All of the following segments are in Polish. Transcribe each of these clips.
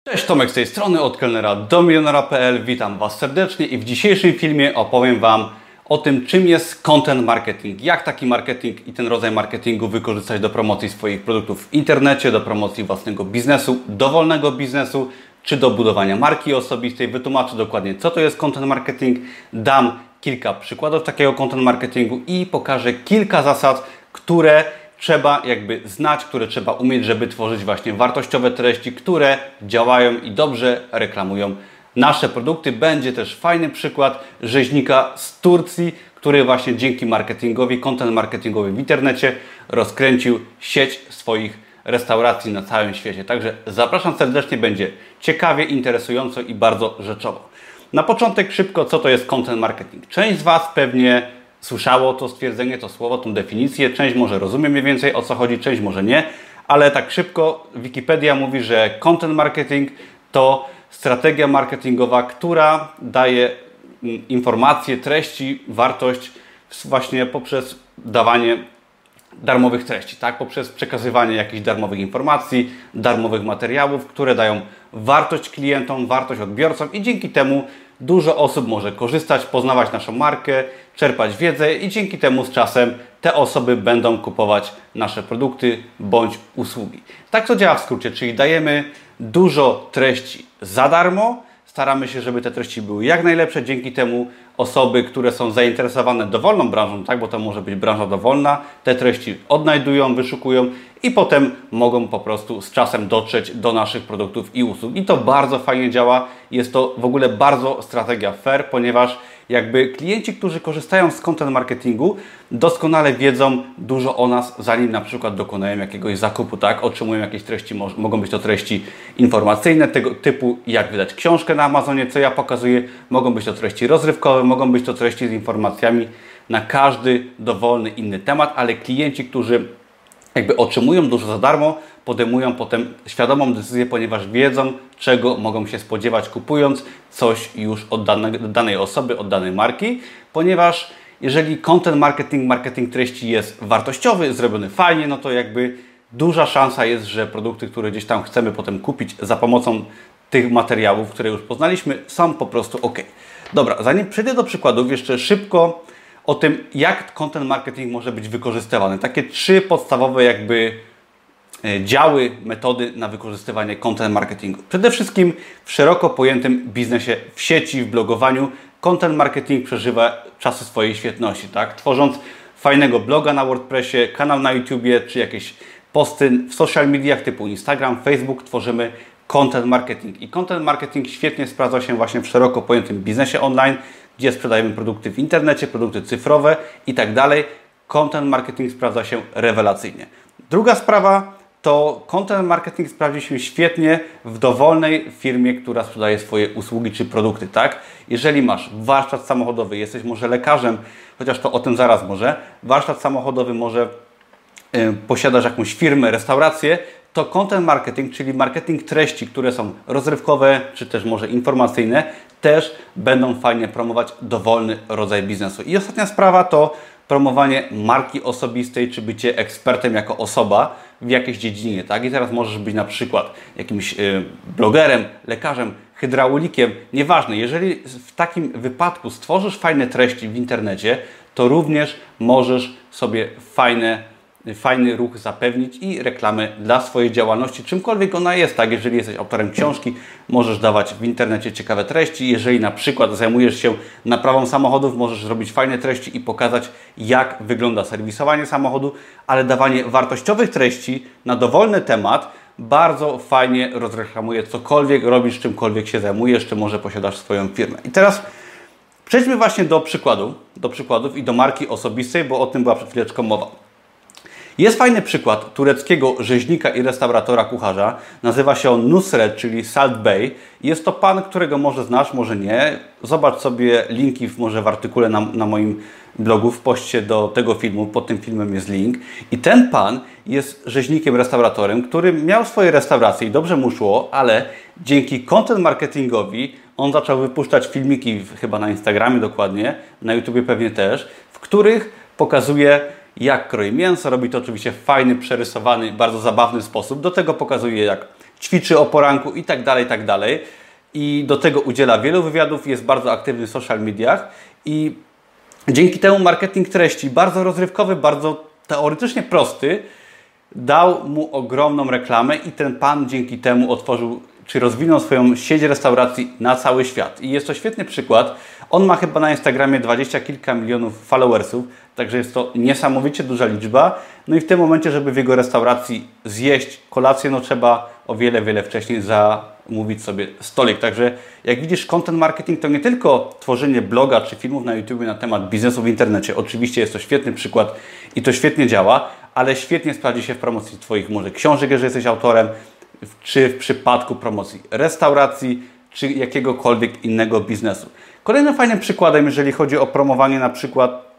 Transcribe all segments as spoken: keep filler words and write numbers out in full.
Cześć, Tomek z tej strony, od kelnera do milionera kropka p l. Witam Was serdecznie i w dzisiejszym filmie opowiem Wam o tym, czym jest content marketing. Jak taki marketing i ten rodzaj marketingu wykorzystać do promocji swoich produktów w internecie, do promocji własnego biznesu, dowolnego biznesu, czy do budowania marki osobistej. Wytłumaczę dokładnie, co to jest content marketing. Dam kilka przykładów takiego content marketingu i pokażę kilka zasad, które trzeba jakby znać, które trzeba umieć, żeby tworzyć właśnie wartościowe treści, które działają i dobrze reklamują nasze produkty. Będzie też fajny przykład rzeźnika z Turcji, który właśnie dzięki marketingowi, content marketingowi w internecie rozkręcił sieć swoich restauracji na całym świecie. Także zapraszam serdecznie, będzie ciekawie, interesująco i bardzo rzeczowo. Na początek szybko, co to jest content marketing. Część z Was pewnie słyszało to stwierdzenie, to słowo, tą definicję. Część może rozumie mniej więcej, o co chodzi, część może nie. Ale tak szybko Wikipedia mówi, że content marketing to strategia marketingowa, która daje informacje, treści, wartość właśnie poprzez dawanie darmowych treści, tak? Poprzez przekazywanie jakichś darmowych informacji, darmowych materiałów, które dają wartość klientom, wartość odbiorcom i dzięki temu dużo osób może korzystać, poznawać naszą markę, czerpać wiedzę i dzięki temu z czasem te osoby będą kupować nasze produkty bądź usługi. Tak to działa w skrócie, czyli dajemy dużo treści za darmo, staramy się, żeby te treści były jak najlepsze, dzięki temu osoby, które są zainteresowane dowolną branżą, tak, bo to może być branża dowolna, te treści odnajdują, wyszukują i potem mogą po prostu z czasem dotrzeć do naszych produktów i usług. I to bardzo fajnie działa. Jest to w ogóle bardzo strategia fair, ponieważ jakby klienci, którzy korzystają z content marketingu, doskonale wiedzą dużo o nas, zanim na przykład dokonają jakiegoś zakupu, tak? Otrzymują jakieś treści, mogą być to treści informacyjne, tego typu jak wydać książkę na Amazonie, co ja pokazuję, mogą być to treści rozrywkowe, mogą być to treści z informacjami na każdy dowolny inny temat, ale klienci, którzy jakby otrzymują dużo za darmo, podejmują potem świadomą decyzję, ponieważ wiedzą, czego mogą się spodziewać, kupując coś już od danej, danej osoby, od danej marki, ponieważ jeżeli content marketing, marketing treści jest wartościowy, zrobiony fajnie, no to jakby duża szansa jest, że produkty, które gdzieś tam chcemy potem kupić za pomocą tych materiałów, które już poznaliśmy, są po prostu ok. Dobra, zanim przejdę do przykładów, jeszcze szybko o tym, jak content marketing może być wykorzystywany. Takie trzy podstawowe jakby działy, metody na wykorzystywanie content marketingu. Przede wszystkim w szeroko pojętym biznesie w sieci, w blogowaniu content marketing przeżywa czasy swojej świetności, tak? Tworząc fajnego bloga na WordPressie, kanał na YouTubie, czy jakieś posty w social mediach typu Instagram, Facebook, tworzymy content marketing. I content marketing świetnie sprawdza się właśnie w szeroko pojętym biznesie online, gdzie sprzedajemy produkty w internecie, produkty cyfrowe i tak dalej. Content marketing sprawdza się rewelacyjnie. Druga sprawa to content marketing sprawdzi się świetnie w dowolnej firmie, która sprzedaje swoje usługi czy produkty, tak? Jeżeli masz warsztat samochodowy, jesteś może lekarzem, chociaż to o tym zaraz może, warsztat samochodowy, może yy, posiadasz jakąś firmę, restaurację, to content marketing, czyli marketing treści, które są rozrywkowe, czy też może informacyjne, też będą fajnie promować dowolny rodzaj biznesu. I ostatnia sprawa to promowanie marki osobistej, czy bycie ekspertem jako osoba w jakiejś dziedzinie, tak? I teraz możesz być na przykład jakimś yy, blogerem, lekarzem, hydraulikiem, nieważne. Jeżeli w takim wypadku stworzysz fajne treści w internecie, to również możesz sobie fajne fajny ruch zapewnić i reklamę dla swojej działalności, czymkolwiek ona jest, tak? Jeżeli jesteś autorem książki, możesz dawać w internecie ciekawe treści. Jeżeli na przykład zajmujesz się naprawą samochodów, możesz robić fajne treści i pokazać, jak wygląda serwisowanie samochodu, ale dawanie wartościowych treści na dowolny temat bardzo fajnie rozreklamuje cokolwiek robisz, czymkolwiek się zajmujesz, czy może posiadasz swoją firmę. I teraz przejdźmy właśnie do przykładu, do przykładów i do marki osobistej, bo o tym była przed chwileczką mowa. Jest fajny przykład tureckiego rzeźnika i restauratora kucharza. Nazywa się on Nusret, czyli Salt Bey. Jest to pan, którego może znasz, może nie. Zobacz sobie linki w, może w artykule na, na moim blogu, w poście do tego filmu. Pod tym filmem jest link. I ten pan jest rzeźnikiem, restauratorem, który miał swoje restauracje i dobrze mu szło, ale dzięki content marketingowi on zaczął wypuszczać filmiki, chyba na Instagramie dokładnie, na YouTubie pewnie też, w których pokazuje, jak kroi mięso. Robi to oczywiście w fajny, przerysowany, bardzo zabawny sposób. Do tego pokazuje, jak ćwiczy o poranku i tak dalej, i tak dalej. I do tego udziela wielu wywiadów, jest bardzo aktywny w social mediach i dzięki temu marketing treści, bardzo rozrywkowy, bardzo teoretycznie prosty, dał mu ogromną reklamę i ten pan dzięki temu otworzył, czy rozwinął swoją sieć restauracji na cały świat. I jest to świetny przykład. On ma chyba na Instagramie dwadzieścia kilka milionów followersów, także jest to niesamowicie duża liczba. No i w tym momencie, żeby w jego restauracji zjeść kolację, no trzeba o wiele, wiele wcześniej zamówić sobie stolik. Także jak widzisz, content marketing to nie tylko tworzenie bloga czy filmów na YouTube na temat biznesu w internecie. Oczywiście jest to świetny przykład i to świetnie działa, ale świetnie sprawdzi się w promocji Twoich może książek, jeżeli jesteś autorem, czy w przypadku promocji restauracji, czy jakiegokolwiek innego biznesu. Kolejnym fajnym przykładem, jeżeli chodzi o promowanie na przykład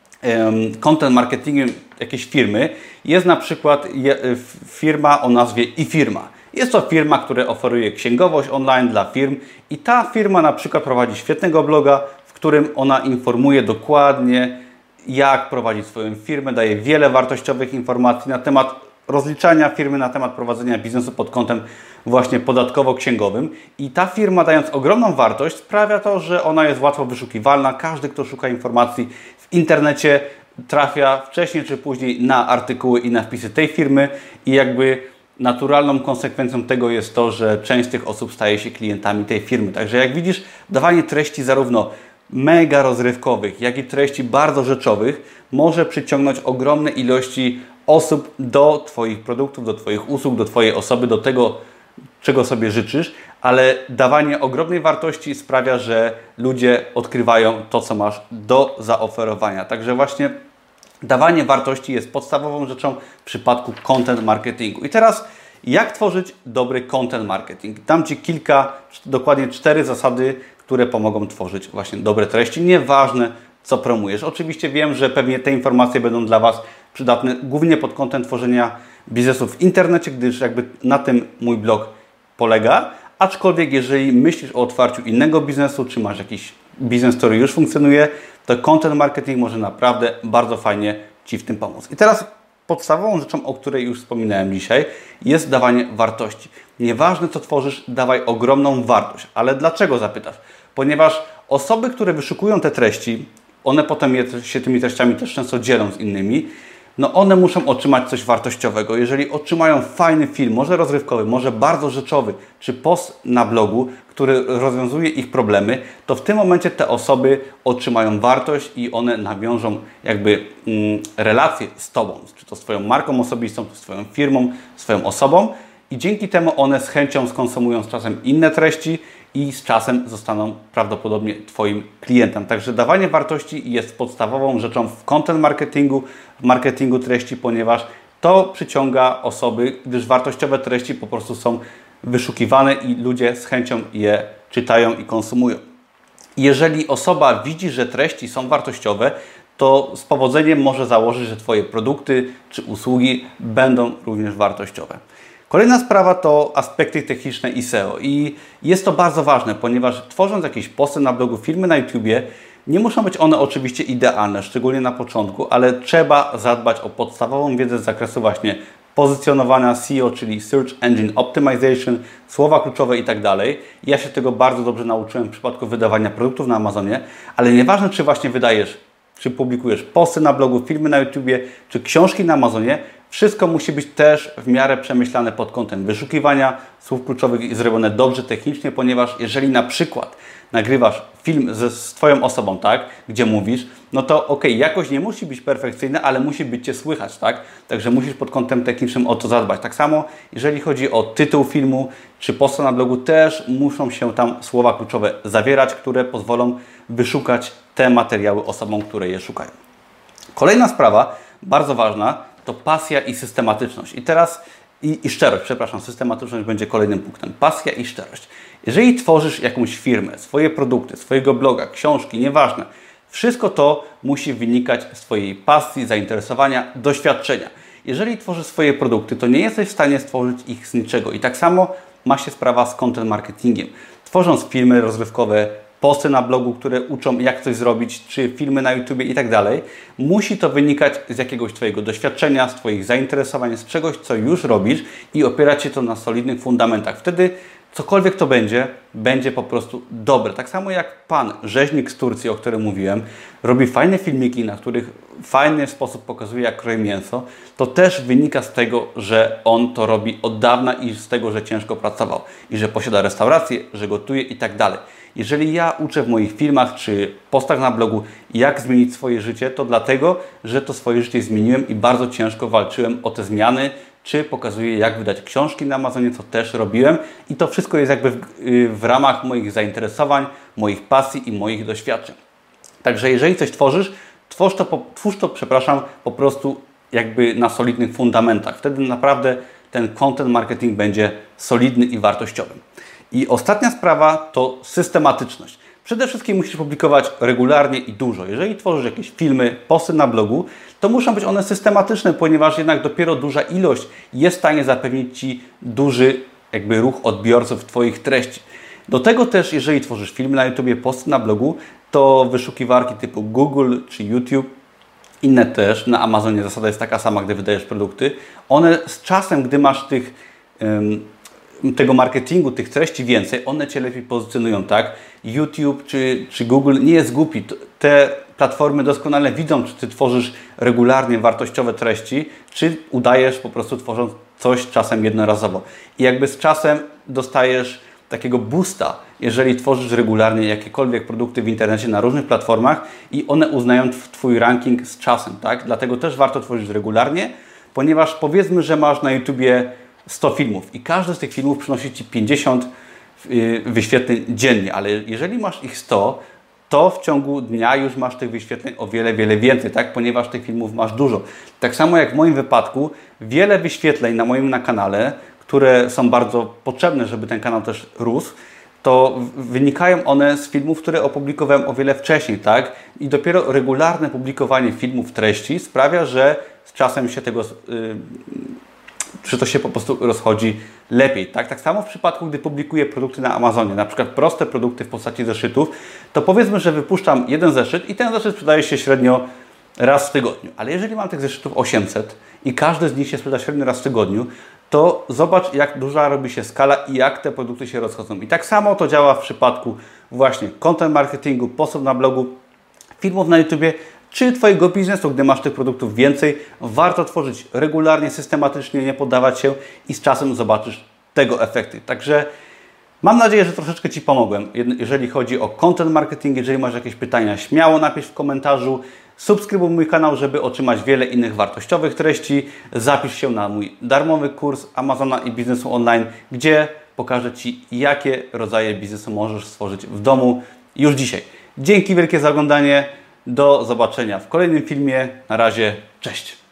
um, content marketingiem jakiejś firmy, jest na przykład je, firma o nazwie iFirma. Jest to firma, która oferuje księgowość online dla firm i ta firma na przykład prowadzi świetnego bloga, w którym ona informuje dokładnie, jak prowadzić swoją firmę, daje wiele wartościowych informacji na temat rozliczania firmy, na temat prowadzenia biznesu pod kątem właśnie podatkowo-księgowym i ta firma, dając ogromną wartość, sprawia to, że ona jest łatwo wyszukiwalna. Każdy, kto szuka informacji w internecie, trafia wcześniej czy później na artykuły i na wpisy tej firmy i jakby naturalną konsekwencją tego jest to, że część z tych osób staje się klientami tej firmy. Także jak widzisz, dawanie treści zarówno mega rozrywkowych, jak i treści bardzo rzeczowych może przyciągnąć ogromne ilości osób do Twoich produktów, do Twoich usług, do Twojej osoby, do tego, czego sobie życzysz, ale dawanie ogromnej wartości sprawia, że ludzie odkrywają to, co masz do zaoferowania. Także właśnie dawanie wartości jest podstawową rzeczą w przypadku content marketingu. I teraz jak tworzyć dobry content marketing? Dam Ci kilka, dokładnie cztery zasady, które pomogą tworzyć właśnie dobre treści. Nieważne, co promujesz. Oczywiście wiem, że pewnie te informacje będą dla Was przydatne głównie pod kątem tworzenia biznesu w internecie, gdyż jakby na tym mój blog polega. Aczkolwiek jeżeli myślisz o otwarciu innego biznesu, czy masz jakiś biznes, który już funkcjonuje, to content marketing może naprawdę bardzo fajnie Ci w tym pomóc. I teraz podstawową rzeczą, o której już wspominałem dzisiaj, jest dawanie wartości. Nieważne, co tworzysz, dawaj ogromną wartość. Ale dlaczego, zapytasz? Ponieważ osoby, które wyszukują te treści, one potem je, się tymi treściami też często dzielą z innymi, no one muszą otrzymać coś wartościowego. Jeżeli otrzymają fajny film, może rozrywkowy, może bardzo rzeczowy, czy post na blogu, który rozwiązuje ich problemy, to w tym momencie te osoby otrzymają wartość i one nawiążą jakby mm, relacje z Tobą, czy to swoją marką osobistą, czy swoją firmą, swoją osobą i dzięki temu one z chęcią skonsumują z czasem inne treści i z czasem zostaną prawdopodobnie Twoim klientem. Także dawanie wartości jest podstawową rzeczą w content marketingu, w marketingu treści, ponieważ to przyciąga osoby, gdyż wartościowe treści po prostu są wyszukiwane i ludzie z chęcią je czytają i konsumują. Jeżeli osoba widzi, że treści są wartościowe, to z powodzeniem może założyć, że Twoje produkty czy usługi będą również wartościowe. Kolejna sprawa to aspekty techniczne i S E O. I jest to bardzo ważne, ponieważ tworząc jakieś posty na blogu, filmy na YouTubie, nie muszą być one oczywiście idealne, szczególnie na początku, ale trzeba zadbać o podstawową wiedzę z zakresu właśnie pozycjonowania S E O, czyli Search Engine Optimization, słowa kluczowe i tak dalej. Ja się tego bardzo dobrze nauczyłem w przypadku wydawania produktów na Amazonie, ale nieważne, czy właśnie wydajesz, czy publikujesz posty na blogu, filmy na YouTubie, czy książki na Amazonie, wszystko musi być też w miarę przemyślane pod kątem wyszukiwania słów kluczowych i zrobione dobrze technicznie, ponieważ jeżeli na przykład nagrywasz film ze, z Twoją osobą, tak, gdzie mówisz, no to ok, jakość nie musi być perfekcyjna, ale musi być Cię słychać, tak? Także musisz pod kątem technicznym o to zadbać. Tak samo, jeżeli chodzi o tytuł filmu czy posta na blogu, też muszą się tam słowa kluczowe zawierać, które pozwolą wyszukać te materiały osobom, które je szukają. Kolejna sprawa, bardzo ważna, to pasja i systematyczność. I teraz, i, i szczerość, przepraszam, systematyczność będzie kolejnym punktem. Pasja i szczerość. Jeżeli tworzysz jakąś firmę, swoje produkty, swojego bloga, książki, nieważne, wszystko to musi wynikać z Twojej pasji, zainteresowania, doświadczenia. Jeżeli tworzysz swoje produkty, to nie jesteś w stanie stworzyć ich z niczego. I tak samo ma się sprawa z content marketingiem. Tworząc filmy rozrywkowe, posty na blogu, które uczą jak coś zrobić, czy filmy na YouTubie i tak dalej. Musi to wynikać z jakiegoś Twojego doświadczenia, z Twoich zainteresowań, z czegoś, co już robisz i opierać się to na solidnych fundamentach. Wtedy cokolwiek to będzie, będzie po prostu dobre. Tak samo jak pan rzeźnik z Turcji, o którym mówiłem, robi fajne filmiki, na których w fajny sposób pokazuje, jak kroi mięso, to też wynika z tego, że on to robi od dawna i z tego, że ciężko pracował i że posiada restaurację, że gotuje i tak dalej. Jeżeli ja uczę w moich filmach czy postach na blogu, jak zmienić swoje życie, to dlatego, że to swoje życie zmieniłem i bardzo ciężko walczyłem o te zmiany, czy pokazuję, jak wydać książki na Amazonie, co też robiłem. I to wszystko jest jakby w, w ramach moich zainteresowań, moich pasji i moich doświadczeń. Także jeżeli coś tworzysz, twórz to, twórz to przepraszam, po prostu jakby na solidnych fundamentach. Wtedy naprawdę ten content marketing będzie solidny i wartościowy. I ostatnia sprawa to systematyczność. Przede wszystkim musisz publikować regularnie i dużo. Jeżeli tworzysz jakieś filmy, posty na blogu, to muszą być one systematyczne, ponieważ jednak dopiero duża ilość jest w stanie zapewnić Ci duży jakby ruch odbiorców Twoich treści. Do tego też, jeżeli tworzysz filmy na YouTubie, posty na blogu, to wyszukiwarki typu Google czy YouTube, inne też, na Amazonie zasada jest taka sama, gdy wydajesz produkty, one z czasem, gdy masz tych um, tego marketingu, tych treści więcej, one Cię lepiej pozycjonują, tak? YouTube czy, czy Google nie jest głupi. Te platformy doskonale widzą, czy Ty tworzysz regularnie wartościowe treści, czy udajesz po prostu tworząc coś czasem jednorazowo. I jakby z czasem dostajesz takiego boosta, jeżeli tworzysz regularnie jakiekolwiek produkty w internecie na różnych platformach i one uznają Twój ranking z czasem, tak? Dlatego też warto tworzyć regularnie, ponieważ powiedzmy, że masz na YouTubie sto filmów i każdy z tych filmów przynosi Ci pięćdziesiąt wyświetleń dziennie, ale jeżeli masz ich sto, to w ciągu dnia już masz tych wyświetleń o wiele, wiele więcej, tak? Ponieważ tych filmów masz dużo. Tak samo jak w moim wypadku, wiele wyświetleń na moim na kanale, które są bardzo potrzebne, żeby ten kanał też rósł, to wynikają one z filmów, które opublikowałem o wiele wcześniej, tak? I dopiero regularne publikowanie filmów, treści sprawia, że z czasem się tego... Yy, czy to się po prostu rozchodzi lepiej. Tak? Tak samo w przypadku, gdy publikuję produkty na Amazonie, na przykład proste produkty w postaci zeszytów, to powiedzmy, że wypuszczam jeden zeszyt i ten zeszyt sprzedaje się średnio raz w tygodniu. Ale jeżeli mam tych zeszytów osiemset i każdy z nich się sprzeda średnio raz w tygodniu, to zobacz, jak duża robi się skala i jak te produkty się rozchodzą. I tak samo to działa w przypadku właśnie content marketingu, postów na blogu, filmów na YouTubie, czy Twojego biznesu, gdy masz tych produktów więcej. Warto tworzyć regularnie, systematycznie, nie poddawać się i z czasem zobaczysz tego efekty. Także mam nadzieję, że troszeczkę Ci pomogłem, jeżeli chodzi o content marketing. Jeżeli masz jakieś pytania, śmiało napisz w komentarzu. Subskrybuj mój kanał, żeby otrzymać wiele innych wartościowych treści. Zapisz się na mój darmowy kurs Amazona i biznesu online, gdzie pokażę Ci, jakie rodzaje biznesu możesz stworzyć w domu już dzisiaj. Dzięki wielkie za oglądanie. Do zobaczenia w kolejnym filmie. Na razie, cześć!